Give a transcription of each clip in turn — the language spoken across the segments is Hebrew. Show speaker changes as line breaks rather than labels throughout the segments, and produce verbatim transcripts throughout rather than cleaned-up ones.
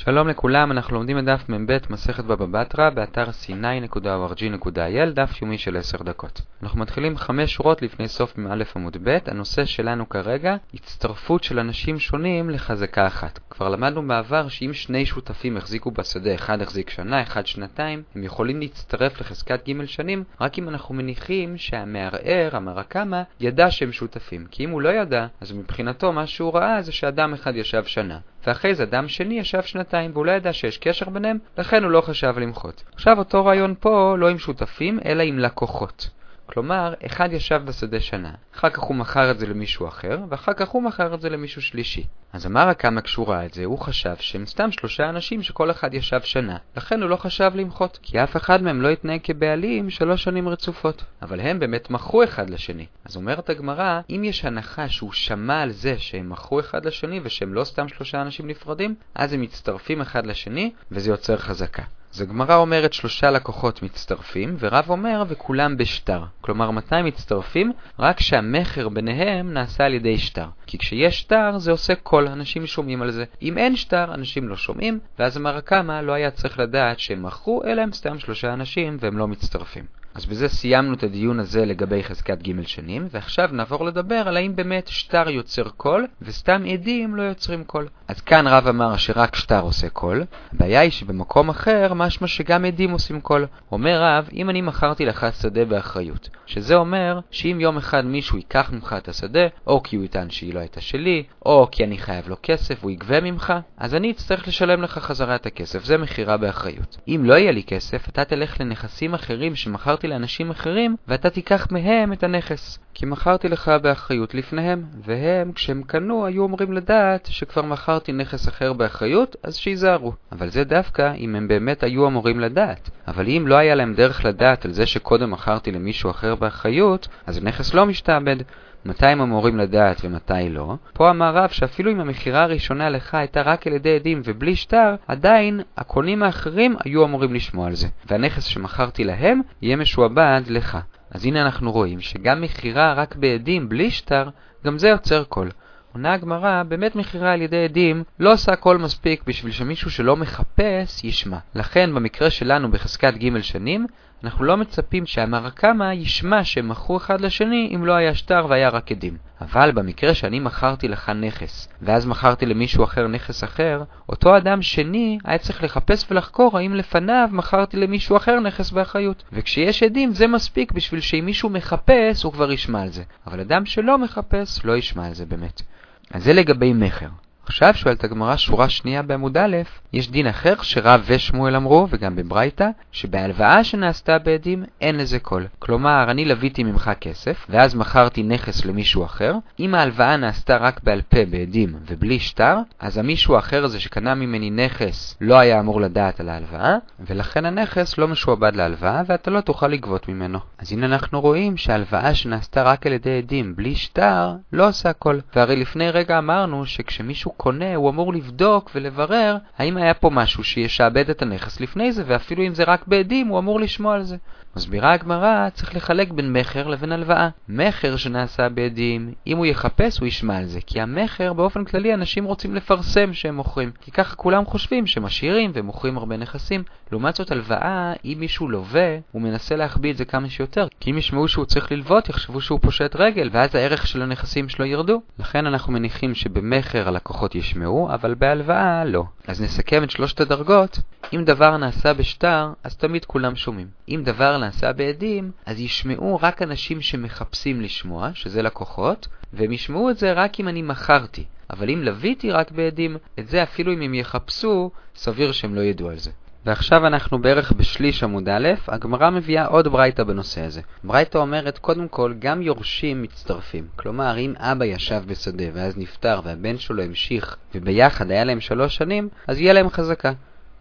שלום לכולם, אנחנו לומדים את דף מ"ב מסכת בבא בתרא באתר סיני נקודה או אר ג'י נקודה איי אל, דף יומי של עשר דקות. אנחנו מתחילים חמש שורות לפני סוף מא' עמוד ב'. הנושא שלנו כרגע, הצטרפות של אנשים שונים לחזקה אחת. כבר למדנו בעבר שאם שני שותפים החזיקו בשדה, אחד החזיק שנה, אחד שנתיים, הם יכולים להצטרף לחזקת ג' שנים, רק אם אנחנו מניחים שהמערער, המרקמה, ידע שהם שותפים. כי אם הוא לא ידע, אז מבחינתו מה שהוא ראה זה שאדם אחד ישב שנה. ואחרי זה אדם שני ישב שנתיים, והוא לא ידע שיש קשר ביניהם, לכן הוא לא חשב למחות. עכשיו אותו רעיון פה לא עם שותפים, אלא עם לקוחות. כלומר, אחד ישב בשדה שנה, אחר כך הוא מכר את זה למישהו אחר, ואחר כך הוא מכר את זה למישהו שלישי. אז אמר כמה כשהוא ראה את זה, הוא חשב שהם סתם שלושה אנשים שכל אחד ישב שנה, לכן הוא לא חשב למחות, כי אף אחד מהם לא התנהג כבעלים שלוש שנים רצופות. אבל הם באמת מכרו אחד לשני. אז אומרת הגמרא, אם יש הנחה שהוא שמע על זה שהם מכרו אחד לשני ושהם לא סתם שלושה אנשים נפרדים, אז הם מצטרפים אחד לשני וזה יוצר חזקה. אז הגמרא אומרת שלושה לקוחות מצטרפים, ורב אומר וכולם בשטר. כלומר, מתי מצטרפים? רק שהמחר ביניהם נעשה על ידי שטר. כי כשיש שטר זה עושה קול, אנשים שומעים על זה. אם אין שטר, אנשים לא שומעים, ואז המרקמה לא היה צריך לדעת שהם מכרו, אלא הם סתם שלושה אנשים והם לא מצטרפים. אז בזה סיימנו את הדיון הזה לגבי חזקת ג' שנים, ועכשיו נעבור לדבר על האם באמת שטר יוצר קול, וסתם עדים לא יוצרים קול. אז כאן רב אמר שרק שטר עושה קול. הבעיה היא שבמקום אחר משמע שגם עדים עושים קול. אומר רב, אם אני מכרתי לך שדה באחריות, שזה אומר שאם יום אחד מישהו ייקח ממך את השדה, או כי הוא יטען שהיא לא הייתה שלי, או כי אני חייב לו כסף והוא יגבה ממך, אז אני אצטרך לשלם לך חזרה את הכסף. זה מחירה באחריות. אם לא יהיה לי כסף, אתה תלך לנכסים אחרים שמכרתי לאנשים אחרים, ואתה תיקח מהם את הנכס. כי מכרתי לך באחריות לפניהם, והם, כשהם קנו, היו אומרים לדעת שכבר מכרתי נכס אחר באחריות, אז שיזהרו. אבל זה דווקא אם הם באמת היו אמורים לדעת. אבל אם לא היה להם דרך לדעת על זה שקודם מכרתי למישהו אחר באחריות, אז הנכס לא משתעבד. מתי הם אמורים לדעת ומתי לא? פה אמר רב שאפילו אם המחירה הראשונה לך הייתה רק על ידי עדים ובלי שטר, עדיין הקונים האחרים היו אמורים לשמוע על זה. והנכס שמכרתי להם יהיה משועבד לך. אז הנה אנחנו רואים שגם מחירה רק בעדים בלי שטר, גם זה יוצר קול. עונה הגמרא, באמת מחירה על ידי עדים לא עושה קול מספיק בשביל שמישהו שלא מחפש ישמע. לכן במקרה שלנו בחזקת ג' שנים, אנחנו לא מצפים שהמרקמה ישמע שהם מכרו אחד לשני אם לא היה שטר והיה רק עדים. אבל במקרה שאני מכרתי לך נכס, ואז מכרתי למישהו אחר נכס אחר, אותו אדם שני היה צריך לחפש ולחקור האם לפניו מכרתי למישהו אחר נכס באחריות. וכשיש עדים זה מספיק בשביל שאם מישהו מחפש הוא כבר ישמע על זה. אבל אדם שלא מחפש לא ישמע על זה באמת. אז זה לגבי מחר. עכשיו שואלת הגמרא שורה שנייה בעמוד א', יש דין אחר שרב ושמואל אמרו, וגם בברייתא, שבהלוואה שנעשתה בעדים אין לזה קול. כלומר, אני לוויתי ממך כסף, ואז מכרתי נכס למישהו אחר. אם ההלוואה נעשתה רק בעל פה בעדים ובלי שטר, אז המישהו האחר הזה שקנה ממני נכס לא היה אמור לדעת על ההלוואה, ולכן הנכס לא משועבד להלוואה, ואתה לא תוכל לגבות ממנו. אז הנה אנחנו רואים שההלוואה שנעשתה רק על ידי עדים בלי שטר לא עושה קול. והרי לפני רגע אמרנו שכשמישהו קונה, הוא אמור לבדוק ולברר האם היה פה משהו שישעבד את הנכס לפני זה, ואפילו אם זה רק בעדים, הוא אמור לשמוע על זה. מסבירה הגמרא, צריך לחלק בין מחר לבין הלוואה. מחר שנעשה בעדים, אם הוא יחפש הוא ישמע על זה, כי המחר באופן כללי אנשים רוצים לפרסם שהם מוכרים, כי ככה כולם חושבים שמשאירים ומוכרים הרבה נכסים. לעומת זאת הלוואה, אם מישהו לווה, הוא מנסה להחביא את זה כמה שיותר, כי אם ישמעו שהוא צריך ללוות, יחשבו שהוא פושט רגל, ואז הערך של הנכסים שלו ירדו. לכן אנחנו מניחים שבמחר הלקוחות ישמעו, אבל בהלוואה לא. אז נסכם את שלושת הדרגות. אם דבר נעשה בשטר, אז תמיד כולם שומעים. אם דבר נעשה בעדים, אז ישמעו רק אנשים שמחפשים לשמוע, שזה לקוחות, והם ישמעו את זה רק אם אני מכרתי. אבל אם לוויתי רק בעדים, את זה אפילו אם הם יחפשו, סביר שהם לא ידעו על זה. ועכשיו אנחנו בערך בשליש עמוד א', הגמרא מביאה עוד ברייתא בנושא הזה. ברייתא אומרת, קודם כל, גם יורשים מצטרפים. כלומר, אם אבא ישב בשדה ואז נפטר והבן שלו המשיך וביחד היה להם שלוש שנים, אז יהיה להם חזקה.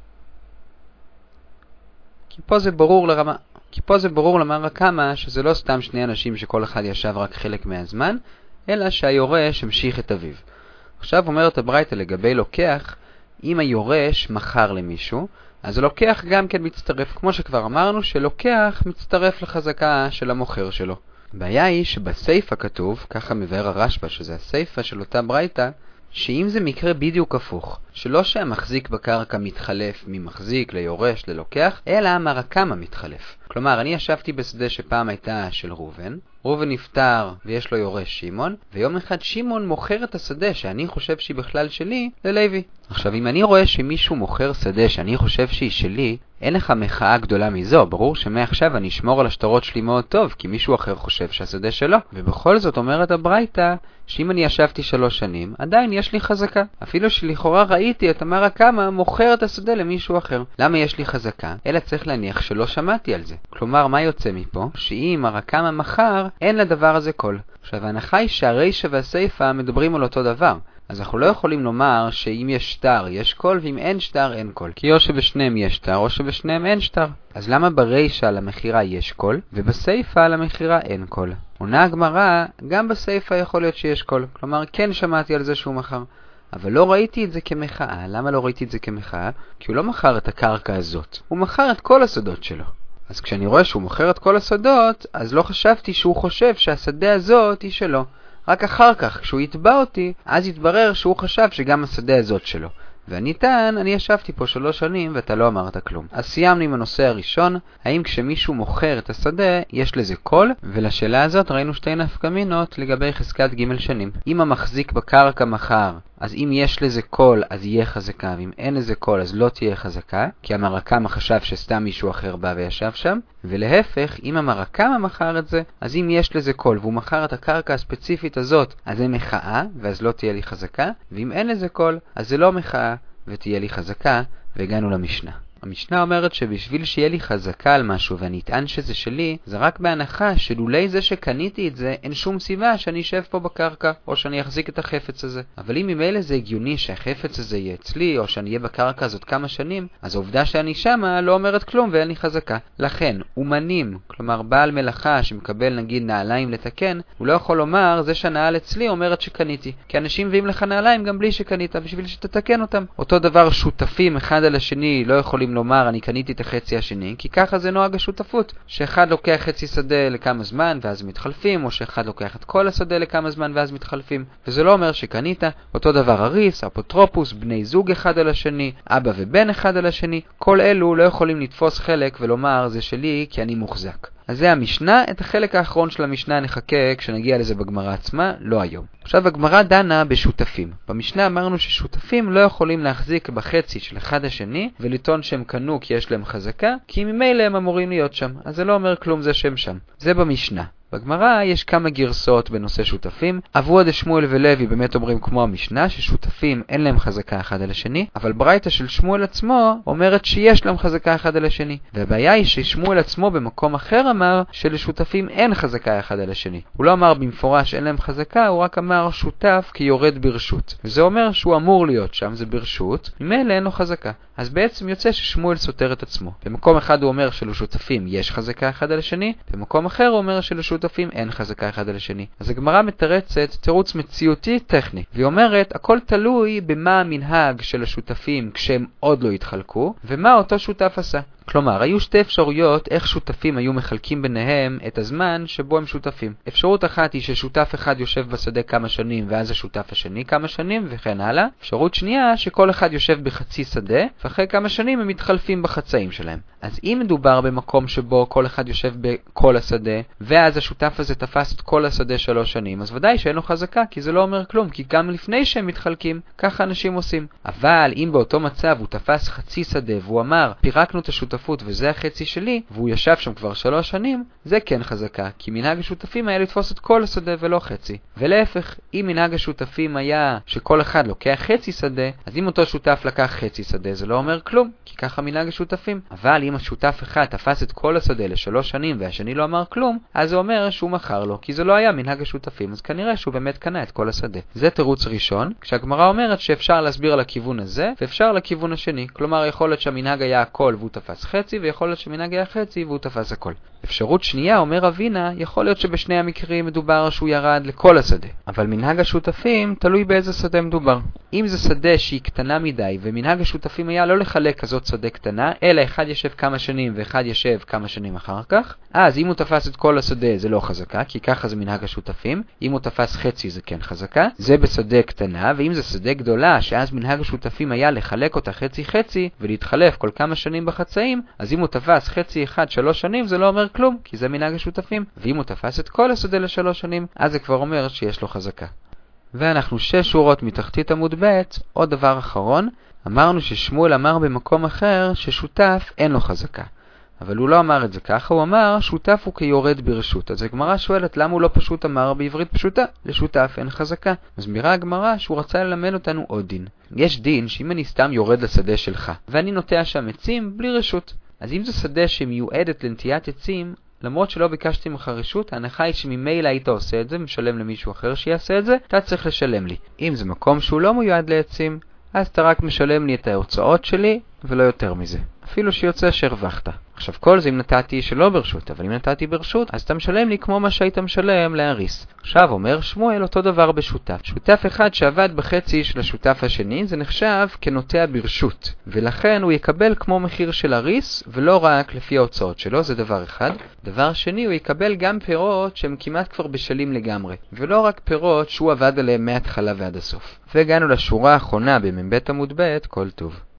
כי פה זה ברור לרמה, כי פה זה ברור למרקמה שזה לא סתם שני אנשים שכל אחד ישב רק חלק מהזמן, אלא שהיורש המשיך את אביו. עכשיו אומרת הברייתא לגבי לוקח, אם היורש מכר למישהו, אז הלוקח גם כן מצטרף, כמו שכבר אמרנו שלוקח מצטרף לחזקה של המוכר שלו. הבעיה היא שבסייפה כתוב, ככה מבאר הרשב"א, שזה הסייפה של אותה ברייתא, שאם זה מקרה בדיוק הפוך, שלא שהמחזיק בקרקע מתחלף ממחזיק ליורש ללוקח, אלא המרקם המתחלף. כלומר, אני ישבתי בשדה שפעם הייתה של ראובן, ראובן נפטר ויש לו יורש שמעון, ויום אחד שמעון מוכר את השדה שאני חושב שהיא בכלל שלי ללוי. עכשיו, אם אני רואה שמישהו מוכר שדה שאני חושב שהיא שלי, אין לך מחאה גדולה מזו. ברור שמעכשיו אני אשמור על השטרות שלי מאוד טוב, כי מישהו אחר חושב שהשדה שלו. ובכל זאת אומרת הברייתא, שאם אני ישבתי שלוש שנים, עדיין יש לי חזקה. אפילו שלכאורה ראיתי את המרקמה מוכר את השדה למישהו אחר. למה יש לי חזקה? אלא צריך להניח שלא שמעתי על זה. כלומר, מה יוצא מפה? שאם הרקמה מחר, אין לדבר הזה קול. עכשיו, ההנחה היא שהרישא והסיפא מדברים על אותו דבר. אז אנחנו לא יכולים לומר שאם יש שטר יש קול, ואם אין שטר אין קול. כי או שבשניהם יש שטר, או שבשניהם אין שטר. אז למה ברישא על המחירה יש קול, ובסיפא על המחירה אין קול? עונה הגמרא, גם בסיפא יכול להיות שיש קול. כלומר, כן שמעתי על זה שהוא מחר. אבל לא ראיתי את זה כמחאה. למה לא ראיתי את זה כמחאה? כי הוא לא מכר את הקרקע הזאת. הוא מכר את כל השדות שלו. אז כשאני רואה שהוא מוכר את כל השדות, אז לא חשבתי שהוא חושב שהשדה הזאת היא שלו. רק אחר כך, כשהוא יתבע אותי, אז יתברר שהוא חשב שגם השדה הזאת שלו. ואני טען, אני ישבתי פה שלוש שנים ואתה לא אמרת כלום. אז סיימנו עם הנושא הראשון, האם כשמישהו מוכר את השדה, יש לזה קול? ולשאלה הזאת ראינו שתי נפקמינות לגבי חזקת ג' שנים. אם המחזיק בקרקע מחר, אז אם יש לזה קול, אז יהיה חזקה, ואם אין לזה קול, אז לא תהיה חזקה, כי המרקם חשב שסתם מישהו אחר בא וישב שם, ולהפך, אם המרקם מכר את זה, אז אם יש לזה קול, והוא מכר את הקרקע הספציפית הזאת, אז זה מחאה, ואז לא תהיה לי חזקה, ואם אין לזה קול, אז זה לא מחאה, ותהיה לי חזקה, והגענו למשנה. המשנה אומרת שבשביל שיהיה לי חזקה על משהו ואני אטען שזה שלי, זה רק בהנחה שלולי זה שקניתי את זה, אין שום סיבה שאני אשב פה בקרקע, או שאני אחזיק את החפץ הזה. אבל אם ממילא זה הגיוני שהחפץ הזה יהיה אצלי, או שאני אהיה בקרקע הזאת כמה שנים, אז העובדה שאני שמה לא אומרת כלום ואין לי חזקה. לכן, אומנים, כלומר בעל מלאכה שמקבל נגיד נעליים לתקן, הוא לא יכול לומר, זה שהנעל אצלי אומרת שקניתי. כי אנשים מביאים לך נעליים גם בלי שקנית, בשביל שתתקן אותם. אותו דבר שותפים אחד על השני לא יכולים לומר אני קניתי את החצי השני, כי ככה זה נוהג השותפות, שאחד לוקח חצי שדה לכמה זמן ואז מתחלפים, או שאחד לוקח את כל השדה לכמה זמן ואז מתחלפים, וזה לא אומר שקנית. אותו דבר הריס, אפוטרופוס, בני זוג אחד על השני, אבא ובן אחד על השני, כל אלו לא יכולים לתפוס חלק ולומר זה שלי כי אני מוחזק. אז זה המשנה. את החלק האחרון של המשנה נחכה כשנגיע לזה בגמרא עצמה, לא היום. עכשיו הגמרא דנה בשותפים. במשנה אמרנו ששותפים לא יכולים להחזיק בחצי של אחד השני ולטעון שהם קנו כי יש להם חזקה, כי ממילא הם אמורים להיות שם. אז זה לא אומר כלום זה שהם שם. זה במשנה. בגמרא יש כמה גרסאות בנושא שותפים. אבוה דשמואל ולוי באמת אומרים כמו המשנה ששותפים אין להם חזקה אחד על השני, אבל ברייתא של שמואל עצמו אומרת שיש להם חזקה אחד על השני. והבעיה היא ששמואל עצמו במקום אחר אמר שלשותפים אין חזקה אחד על השני. הוא לא אמר במפורש אין להם חזקה, הוא רק אמר שותף כיורד ברשות. וזה אומר שהוא אמור להיות שם, זה ברשות, ממילא אין לו חזקה. אז בעצם יוצא ששמואל סותר את עצמו. במקום אחד הוא אומר שלשותפים יש חזקה אחד על השני, במקום אחר הוא אומר שלשותפים אין חזקה אחד על השני. אז הגמרא מתרצת תירוץ מציאותי טכני, והיא אומרת הכל תלוי במה המנהג של השותפים כשהם עוד לא התחלקו, ומה אותו שותף עשה. כלומר, היו שתי אפשרויות איך שותפים היו מחלקים ביניהם את הזמן שבו הם שותפים. אפשרות אחת היא ששותף אחד יושב בשדה כמה שנים ואז השותף השני כמה שנים וכן הלאה. אפשרות שנייה שכל אחד יושב בחצי שדה ואחרי כמה שנים הם מתחלפים בחצאים שלהם. אז אם מדובר במקום שבו כל אחד יושב בכל השדה ואז השותף הזה תפס את כל השדה שלוש שנים, אז ודאי שאין לו חזקה, כי זה לא אומר כלום, כי גם לפני שהם מתחלקים ככה אנשים עושים. אבל אם באותו מצב הוא תפס חצי שדה והוא אמר פירקנו את השותפות וזה החצי שלי, והוא ישב שם כבר שלוש שנים, זה כן חזקה, כי מנהג השותפים היה לתפוס את כל השדה ולא חצי. ולהפך, אם מנהג השותפים היה שכל אחד לוקח חצי שדה, אז אם אותו שותף לקח חצי שדה זה לא אומר כלום, כי ככה מנהג השותפים. אבל אם השותף אחד תפס את כל השדה לשלוש שנים והשני לא אמר כלום, אז זה אומר שהוא מכר לו, כי זה לא היה מנהג השותפים, אז כנראה שהוא באמת קנה את כל השדה. זה תירוץ ראשון, כשהגמרא אומרת שאפשר להסביר על הכיוון הזה ואפשר לכיוון השני. כלומר, יכול להיות שהמנהג היה הכל והוא תפס תפס חצי, ויכול להיות שמנהג היה חצי והוא תפס הכל. אפשרות שנייה, אומר אבינה, יכול להיות שבשני המקרים מדובר שהוא ירד לכל השדה. אבל מנהג השותפים תלוי באיזה שדה מדובר. אם זה שדה שהיא קטנה מדי, ומנהג השותפים היה לא לחלק כזאת שדה קטנה, אלא אחד ישב כמה שנים ואחד ישב כמה שנים אחר כך, אז אם הוא תפס את כל השדה זה לא חזקה, כי ככה זה מנהג השותפים. אם הוא תפס חצי זה כן חזקה. זה בשדה קטנה, ואם זה שדה גדולה, שאז מנהג השותפים היה לחלק אותה חצי חצי, ולהתחלף כל כמה שנים בחצאים, אז אם הוא תפס חצי אחד שלוש שנים זה לא אומר כלום, כי זה מנהג השותפים. ואם הוא תפס את כל השדה לשלוש שנים, אז זה כבר אומר שיש לו חזקה. ואנחנו שש שורות מתחתית עמוד ב', עוד דבר אחרון. אמרנו ששמואל אמר במקום אחר ששותף אין לו חזקה. אבל הוא לא אמר את זה ככה, הוא אמר שותף הוא כיורד ברשות. אז הגמרא שואלת למה הוא לא פשוט אמר בעברית פשוטה, לשותף אין חזקה. מסבירה הגמרא שהוא רצה ללמד אותנו עוד דין. יש דין שאם אני סתם יורד לשדה שלך, ואני נוטע שם עצים בלי רשות. אז אם זה שדה שמיועדת לנטיית עצים, למרות שלא ביקשתי ממך רשות, ההנחה היא שממילא היית עושה את זה, משלם למישהו אחר שיעשה את זה, אתה צריך לשלם לי. אם זה מקום שהוא לא מיועד לעצים, אז אתה רק משלם לי את ההוצאות שלי, ולא יותר מזה. אפילו שיוצא שהרווחת. עכשיו כל זה אם נתתי שלא ברשות, אבל אם נתתי ברשות, אז אתה משלם לי כמו מה שהיית משלם להריס. עכשיו אומר שמואל אותו דבר בשותף. שותף אחד שעבד בחצי של השותף השני, זה נחשב כנוטע ברשות. ולכן הוא יקבל כמו מחיר של הריס, ולא רק לפי ההוצאות שלו, זה דבר אחד. דבר שני, הוא יקבל גם פירות שהם כמעט כבר בשלים לגמרי. ולא רק פירות שהוא עבד עליהם מההתחלה ועד הסוף. והגענו לשורה האחרונה במבית עמוד ב', כל טוב.